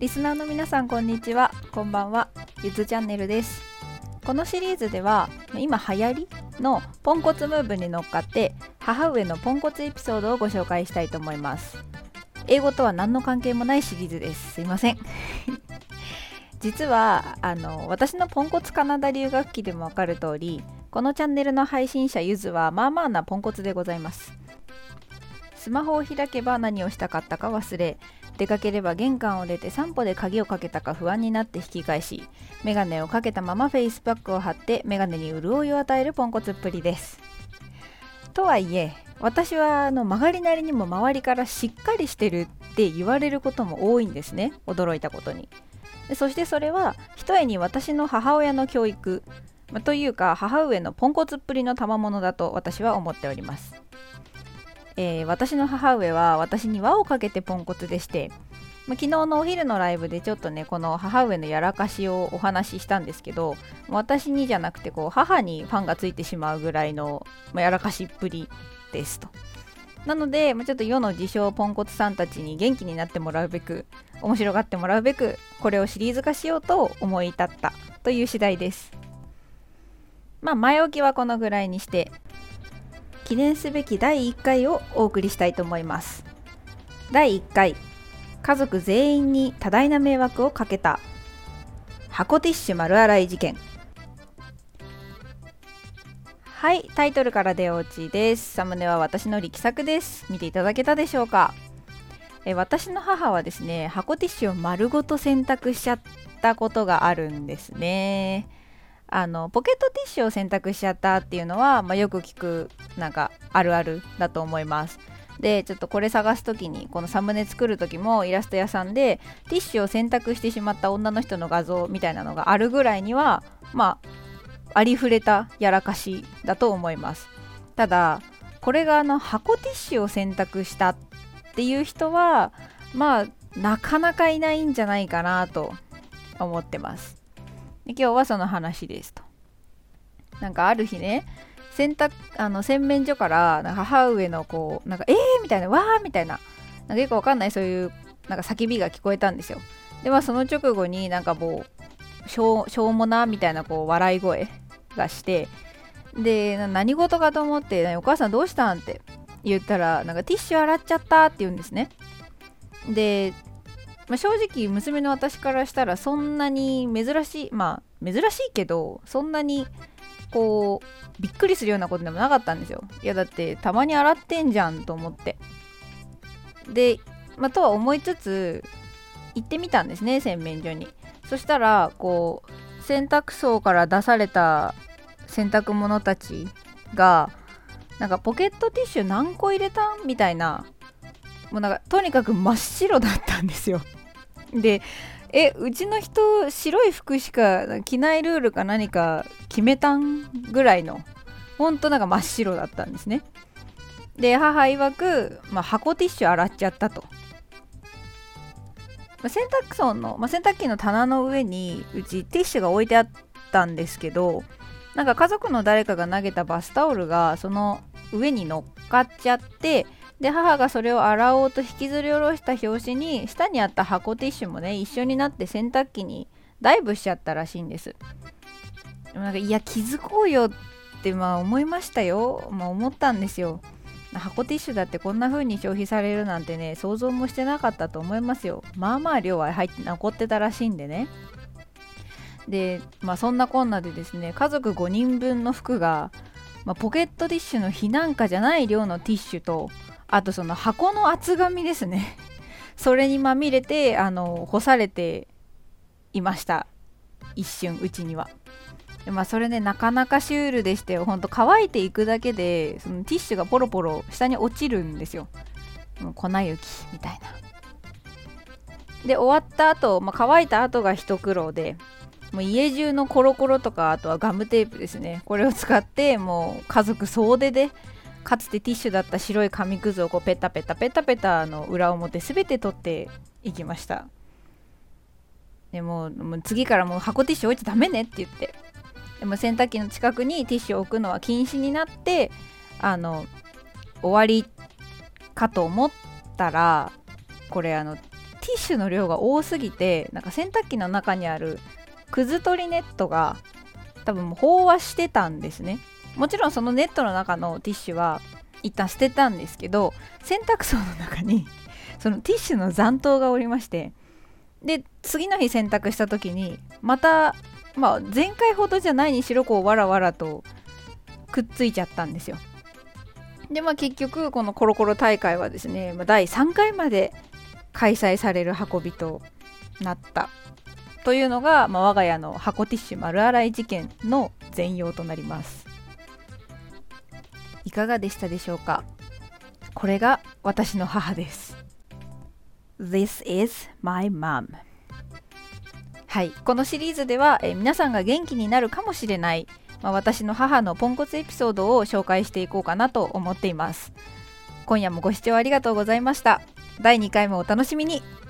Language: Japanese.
リスナーの皆さんこんにちは、こんばんは。ゆずチャンネルです。このシリーズでは今流行りのポンコツムーブに乗っかって母上のポンコツエピソードをご紹介したいと思います。英語とは何の関係もないシリーズです。すいません実は私のポンコツカナダ留学記でもわかる通り、このチャンネルの配信者ゆずはまあまあなポンコツでございます。スマホを開けば何をしたかったか忘れ、出かければ玄関を出て散歩で鍵をかけたか不安になって引き返し、メガネをかけたままフェイスパックを貼ってメガネに潤いを与えるポンコツっぷりです。とはいえ、私は曲がりなりにも周りからしっかりしてるって言われることも多いんですね。驚いたことに。そしてそれはひとえに私の母親の教育、というか母上のポンコツっぷりの賜物だと私は思っております。私の母上は私に輪をかけてポンコツでして、昨日のお昼のライブでちょっとねこの母上のやらかしをお話ししたんですけど、私にじゃなくて母にファンがついてしまうぐらいの、やらかしっぷりですと。なので、ちょっと世の自称ポンコツさんたちに元気になってもらうべく、面白がってもらうべく、これをシリーズ化しようと思い至ったという次第です。前置きはこのぐらいにして、記念すべき第1回をお送りしたいと思います。第1回、家族全員に多大な迷惑をかけた箱ティッシュ丸洗い事件。はい、タイトルから出落ちです。サムネは私の力作です。見ていただけたでしょうか。私の母はですね、箱ティッシュを丸ごと洗濯しちゃったことがあるんですね。ポケットティッシュを洗濯しちゃったっていうのは、よく聞くあるあるだと思います。で、ちょっとこれ探すときに、このサムネ作るときもイラスト屋さんでティッシュを洗濯してしまった女の人の画像みたいなのがあるぐらいには、ありふれたやらかしだと思います。ただこれが箱ティッシュを洗濯したっていう人はなかなかいないんじゃないかなと思ってます。で、今日はその話ですと。ある日ね、洗面所から母上のみたいな、わーみたいな、よくわかんないそういう叫びが聞こえたんですよ。でその直後にもうしょうもなみたいな笑い声がして、で何事かと思って、お母さんどうしたんって言ったら、ティッシュ洗っちゃったって言うんですね。で正直娘の私からしたらそんなに珍しいけど、そんなにびっくりするようなことでもなかったんですよ。いやだってたまに洗ってんじゃんと思って、でとは思いつつ行ってみたんですね、洗面所に。そしたら洗濯槽から出された洗濯物たちがポケットティッシュ何個入れたんみたいな、もうとにかく真っ白だったんですよ。で、うちの人白い服しか着ないルールか何か決めたんぐらいの、ほんと真っ白だったんですね。で、母曰く、箱ティッシュ洗っちゃったと。洗濯槽の、洗濯機の棚の上にうちティッシュが置いてあったんですけど、家族の誰かが投げたバスタオルがその上に乗っかっちゃって、で母がそれを洗おうと引きずり下ろした拍子に下にあった箱ティッシュもね一緒になって洗濯機にダイブしちゃったらしいんです。でもいや気づこうよって思いましたよ。思ったんですよ。箱ティッシュだってこんな風に消費されるなんてね、想像もしてなかったと思いますよ。量は残ってたらしいんでね。でそんなこんなでですね、家族5人分の服が、ポケットティッシュの避難かじゃない量のティッシュと、あとその箱の厚紙ですねそれにまみれて干されていました。一瞬うちには。でそれねなかなかシュールでしたよ。ほんと乾いていくだけでそのティッシュがポロポロ下に落ちるんですよ。もう粉雪みたいな。で終わった後、乾いた後が一苦労で、もう家中のコロコロとか、あとはガムテープですね、これを使ってもう家族総出でかつてティッシュだった白い紙くずをペタペタペタペタ裏表すべて取っていきました。でもう次からもう箱ティッシュ置いちゃダメねって言って、でも洗濯機の近くにティッシュを置くのは禁止になって終わりかと思ったら、これティティッシュの量が多すぎて、なんか洗濯機の中にあるくず取りネットが多分もう飽和してたんですね。もちろんそのネットの中のティッシュは一旦捨てたんですけど、洗濯槽の中にそのティッシュの残党がおりまして、で次の日洗濯した時にまた、前回ほどじゃないにしろこうわらわらとくっついちゃったんですよ。で結局このコロコロ大会はですね、第3回まで開催される運びとなったというのが、我が家の箱ティッシュ丸洗い事件の全容となります。いかがでしたでしょうか。これが私の母です。 This is my mom。 はい、このシリーズでは、皆さんが元気になるかもしれない、私の母のポンコツエピソードを紹介していこうかなと思っています。今夜もご視聴ありがとうございました。第2回もお楽しみに。